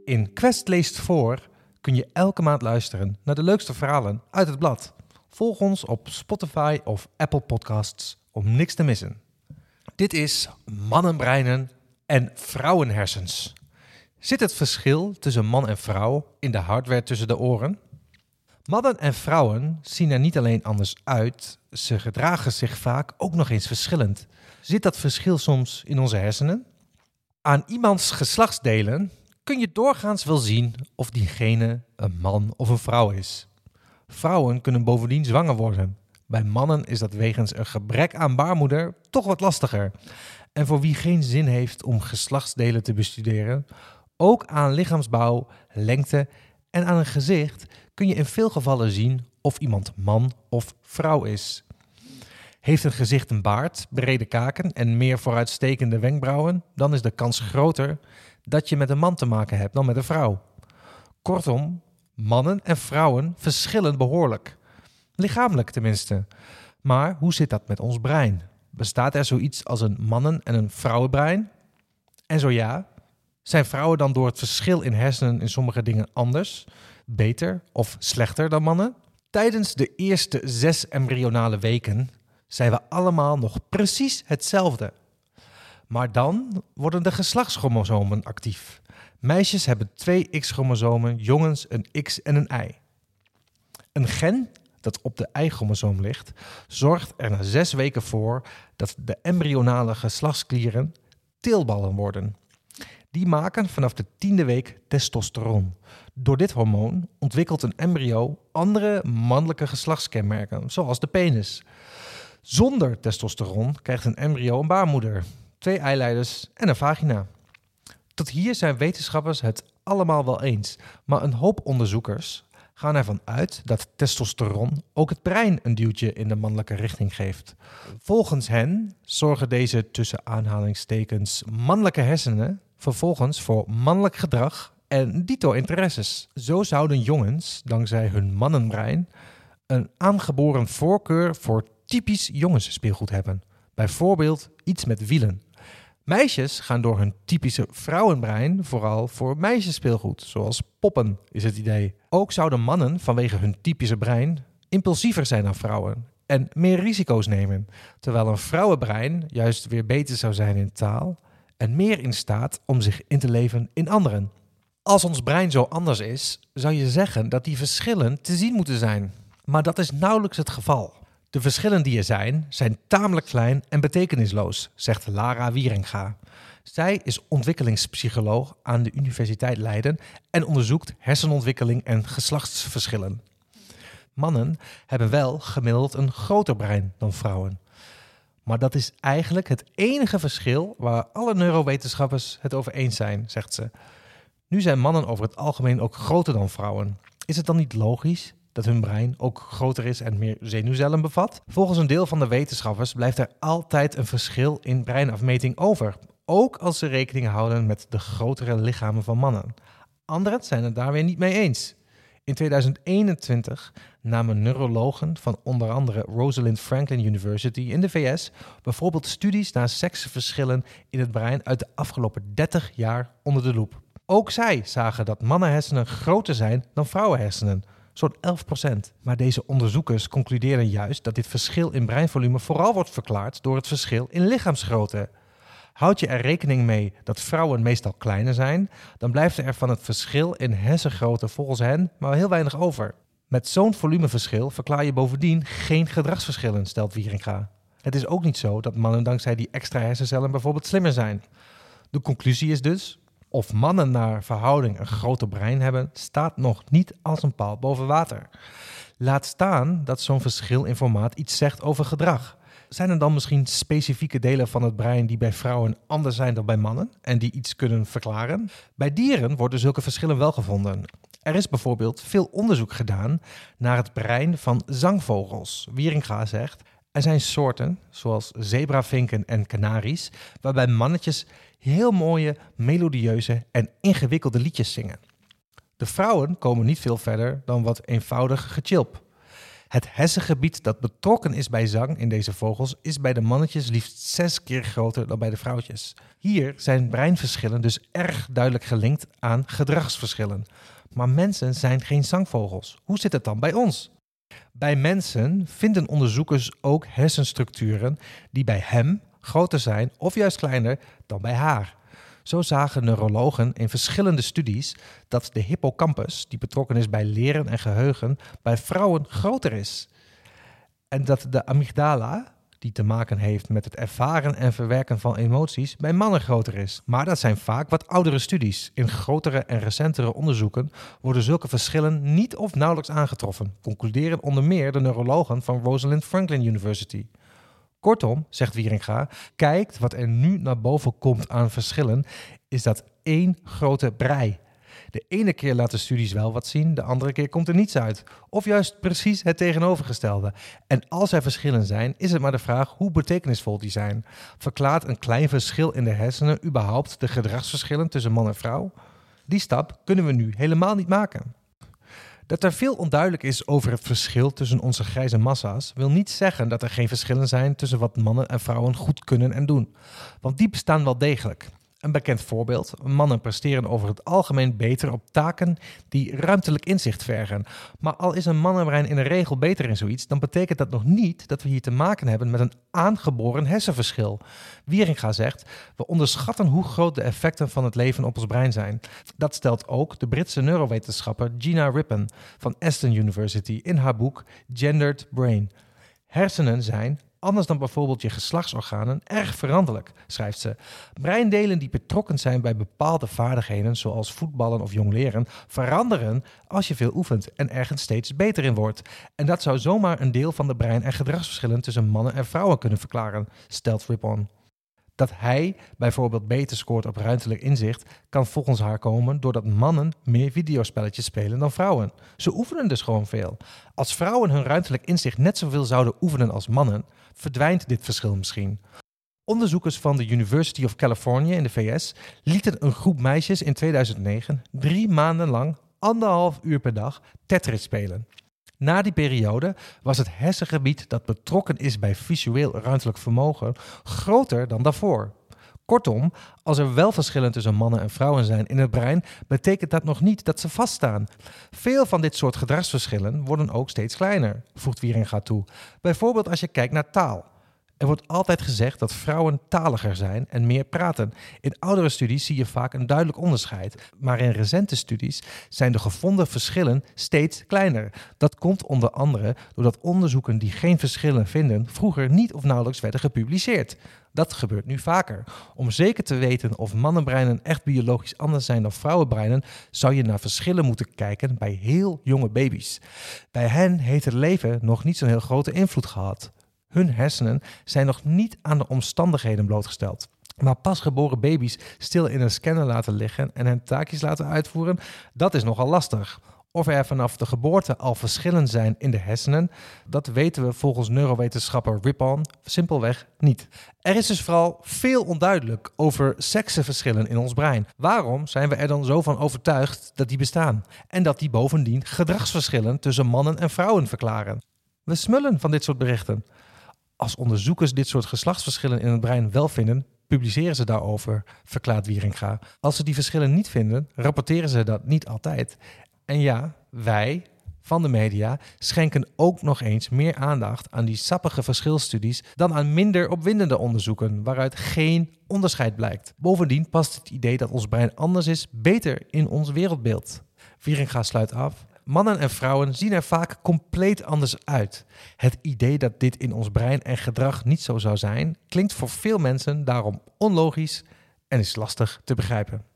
In Quest leest voor kun je elke maand luisteren naar de leukste verhalen uit het blad. Volg ons op Spotify of Apple Podcasts om niks te missen. Dit is Mannenbreinen en Vrouwenhersens. Zit het verschil tussen man en vrouw in de hardware tussen de oren? Mannen en vrouwen zien er niet alleen anders uit, ze gedragen zich vaak ook nog eens verschillend. Zit dat verschil soms in onze hersenen? Aan iemands geslachtsdelen kun je doorgaans wel zien of diegene een man of een vrouw is. Vrouwen kunnen bovendien zwanger worden. Bij mannen is dat wegens een gebrek aan baarmoeder toch wat lastiger. En voor wie geen zin heeft om geslachtsdelen te bestuderen, ook aan lichaamsbouw, lengte en aan een gezicht kun je in veel gevallen zien of iemand man of vrouw is. Heeft een gezicht een baard, brede kaken en meer vooruitstekende wenkbrauwen, dan is de kans groter dat je met een man te maken hebt dan met een vrouw. Kortom, mannen en vrouwen verschillen behoorlijk. Lichamelijk tenminste. Maar hoe zit dat met ons brein? Bestaat er zoiets als een mannen- en een vrouwenbrein? En zo ja, zijn vrouwen dan door het verschil in hersenen in sommige dingen anders, beter of slechter dan mannen? Tijdens de eerste 6 embryonale weken zijn we allemaal nog precies hetzelfde. Maar dan worden de geslachtschromosomen actief. Meisjes hebben 2 X-chromosomen, jongens een X en een Y. Een gen dat op de Y-chromosoom ligt, zorgt er na 6 weken voor dat de embryonale geslachtsklieren teelballen worden. Die maken vanaf de 10e week testosteron. Door dit hormoon ontwikkelt een embryo andere mannelijke geslachtskenmerken, zoals de penis. Zonder testosteron krijgt een embryo een baarmoeder, 2 eileiders en een vagina. Tot hier zijn wetenschappers het allemaal wel eens, maar een hoop onderzoekers gaan ervan uit dat testosteron ook het brein een duwtje in de mannelijke richting geeft. Volgens hen zorgen deze tussen aanhalingstekens mannelijke hersenen vervolgens voor mannelijk gedrag en dito interesses. Zo zouden jongens, dankzij hun mannenbrein, een aangeboren voorkeur voor typisch jongensspeelgoed hebben. Bijvoorbeeld iets met wielen. Meisjes gaan door hun typische vrouwenbrein vooral voor meisjesspeelgoed, zoals poppen is het idee. Ook zouden mannen vanwege hun typische brein impulsiever zijn dan vrouwen en meer risico's nemen, terwijl een vrouwenbrein juist weer beter zou zijn in taal en meer in staat om zich in te leven in anderen. Als ons brein zo anders is, zou je zeggen dat die verschillen te zien moeten zijn. Maar dat is nauwelijks het geval. De verschillen die er zijn tamelijk klein en betekenisloos, zegt Lara Wieringa. Zij is ontwikkelingspsycholoog aan de Universiteit Leiden en onderzoekt hersenontwikkeling en geslachtsverschillen. Mannen hebben wel gemiddeld een groter brein dan vrouwen. Maar dat is eigenlijk het enige verschil waar alle neurowetenschappers het over eens zijn, zegt ze. Nu zijn mannen over het algemeen ook groter dan vrouwen. Is het dan niet logisch dat hun brein ook groter is en meer zenuwcellen bevat? Volgens een deel van de wetenschappers blijft er altijd een verschil in breinafmeting over. Ook als ze rekening houden met de grotere lichamen van mannen. Anderen zijn het daar weer niet mee eens. In 2021 namen neurologen van onder andere Rosalind Franklin University in de VS bijvoorbeeld studies naar seksverschillen in het brein uit de afgelopen 30 jaar onder de loep. Ook zij zagen dat mannenhersenen groter zijn dan vrouwenhersenen, zo'n 11%. Maar deze onderzoekers concluderen juist dat dit verschil in breinvolume vooral wordt verklaard door het verschil in lichaamsgrootte. Houd je er rekening mee dat vrouwen meestal kleiner zijn, dan blijft er van het verschil in hersengrootte volgens hen maar heel weinig over. Met zo'n volumeverschil verklaar je bovendien geen gedragsverschillen, stelt Wieringa. Het is ook niet zo dat mannen dankzij die extra hersencellen bijvoorbeeld slimmer zijn. De conclusie is dus, of mannen naar verhouding een groter brein hebben, staat nog niet als een paal boven water. Laat staan dat zo'n verschil in formaat iets zegt over gedrag. Zijn er dan misschien specifieke delen van het brein die bij vrouwen anders zijn dan bij mannen en die iets kunnen verklaren? Bij dieren worden zulke verschillen wel gevonden. Er is bijvoorbeeld veel onderzoek gedaan naar het brein van zangvogels. Wieringa zegt, er zijn soorten, zoals zebravinken en kanaries, waarbij mannetjes heel mooie, melodieuze en ingewikkelde liedjes zingen. De vrouwen komen niet veel verder dan wat eenvoudig gechilp. Het hersengebied dat betrokken is bij zang in deze vogels is bij de mannetjes liefst 6 keer groter dan bij de vrouwtjes. Hier zijn breinverschillen dus erg duidelijk gelinkt aan gedragsverschillen. Maar mensen zijn geen zangvogels. Hoe zit het dan bij ons? Bij mensen vinden onderzoekers ook hersenstructuren die bij hem groter zijn of juist kleiner dan bij haar. Zo zagen neurologen in verschillende studies dat de hippocampus, die betrokken is bij leren en geheugen, bij vrouwen groter is. En dat de amygdala, die te maken heeft met het ervaren en verwerken van emoties, bij mannen groter is. Maar dat zijn vaak wat oudere studies. In grotere en recentere onderzoeken worden zulke verschillen niet of nauwelijks aangetroffen, concluderen onder meer de neurologen van Rosalind Franklin University. Kortom, zegt Wieringa, kijkt wat er nu naar boven komt aan verschillen, is dat één grote brei. De ene keer laten studies wel wat zien, de andere keer komt er niets uit. Of juist precies het tegenovergestelde. En als er verschillen zijn, is het maar de vraag hoe betekenisvol die zijn. Verklaart een klein verschil in de hersenen überhaupt de gedragsverschillen tussen man en vrouw? Die stap kunnen we nu helemaal niet maken. Dat er veel onduidelijk is over het verschil tussen onze grijze massa's wil niet zeggen dat er geen verschillen zijn tussen wat mannen en vrouwen goed kunnen en doen. Want die bestaan wel degelijk. Een bekend voorbeeld: mannen presteren over het algemeen beter op taken die ruimtelijk inzicht vergen. Maar al is een mannenbrein in de regel beter in zoiets, dan betekent dat nog niet dat we hier te maken hebben met een aangeboren hersenverschil. Wieringa zegt: we onderschatten hoe groot de effecten van het leven op ons brein zijn. Dat stelt ook de Britse neurowetenschapper Gina Rippon van Aston University in haar boek Gendered Brain. Hersenen zijn, anders dan bijvoorbeeld je geslachtsorganen, erg veranderlijk, schrijft ze. Breindelen die betrokken zijn bij bepaalde vaardigheden, zoals voetballen of jongleren, veranderen als je veel oefent en ergens steeds beter in wordt. En dat zou zomaar een deel van de brein- en gedragsverschillen tussen mannen en vrouwen kunnen verklaren, stelt Rippon. Dat hij bijvoorbeeld beter scoort op ruimtelijk inzicht kan volgens haar komen doordat mannen meer videospelletjes spelen dan vrouwen. Ze oefenen dus gewoon veel. Als vrouwen hun ruimtelijk inzicht net zoveel zouden oefenen als mannen, verdwijnt dit verschil misschien. Onderzoekers van de University of California in de VS lieten een groep meisjes in 2009 3 maanden lang 1,5 uur per dag Tetris spelen. Na die periode was het hersengebied dat betrokken is bij visueel ruimtelijk vermogen groter dan daarvoor. Kortom, als er wel verschillen tussen mannen en vrouwen zijn in het brein, betekent dat nog niet dat ze vaststaan. Veel van dit soort gedragsverschillen worden ook steeds kleiner, voegt Wieringa toe. Bijvoorbeeld als je kijkt naar taal. Er wordt altijd gezegd dat vrouwen taliger zijn en meer praten. In oudere studies zie je vaak een duidelijk onderscheid. Maar in recente studies zijn de gevonden verschillen steeds kleiner. Dat komt onder andere doordat onderzoeken die geen verschillen vinden vroeger niet of nauwelijks werden gepubliceerd. Dat gebeurt nu vaker. Om zeker te weten of mannenbreinen echt biologisch anders zijn dan vrouwenbreinen, zou je naar verschillen moeten kijken bij heel jonge baby's. Bij hen heeft het leven nog niet zo'n heel grote invloed gehad. Hun hersenen zijn nog niet aan de omstandigheden blootgesteld. Maar pasgeboren baby's stil in een scanner laten liggen en hen taakjes laten uitvoeren, dat is nogal lastig. Of er vanaf de geboorte al verschillen zijn in de hersenen, dat weten we volgens neurowetenschapper Rippon simpelweg niet. Er is dus vooral veel onduidelijk over seksenverschillen in ons brein. Waarom zijn we er dan zo van overtuigd dat die bestaan? En dat die bovendien gedragsverschillen tussen mannen en vrouwen verklaren? We smullen van dit soort berichten. Als onderzoekers dit soort geslachtsverschillen in het brein wel vinden, publiceren ze daarover, verklaart Wieringa. Als ze die verschillen niet vinden, rapporteren ze dat niet altijd. En ja, wij van de media schenken ook nog eens meer aandacht aan die sappige verschilstudies dan aan minder opwindende onderzoeken, waaruit geen onderscheid blijkt. Bovendien past het idee dat ons brein anders is beter in ons wereldbeeld. Wieringa sluit af: mannen en vrouwen zien er vaak compleet anders uit. Het idee dat dit in ons brein en gedrag niet zo zou zijn, klinkt voor veel mensen daarom onlogisch en is lastig te begrijpen.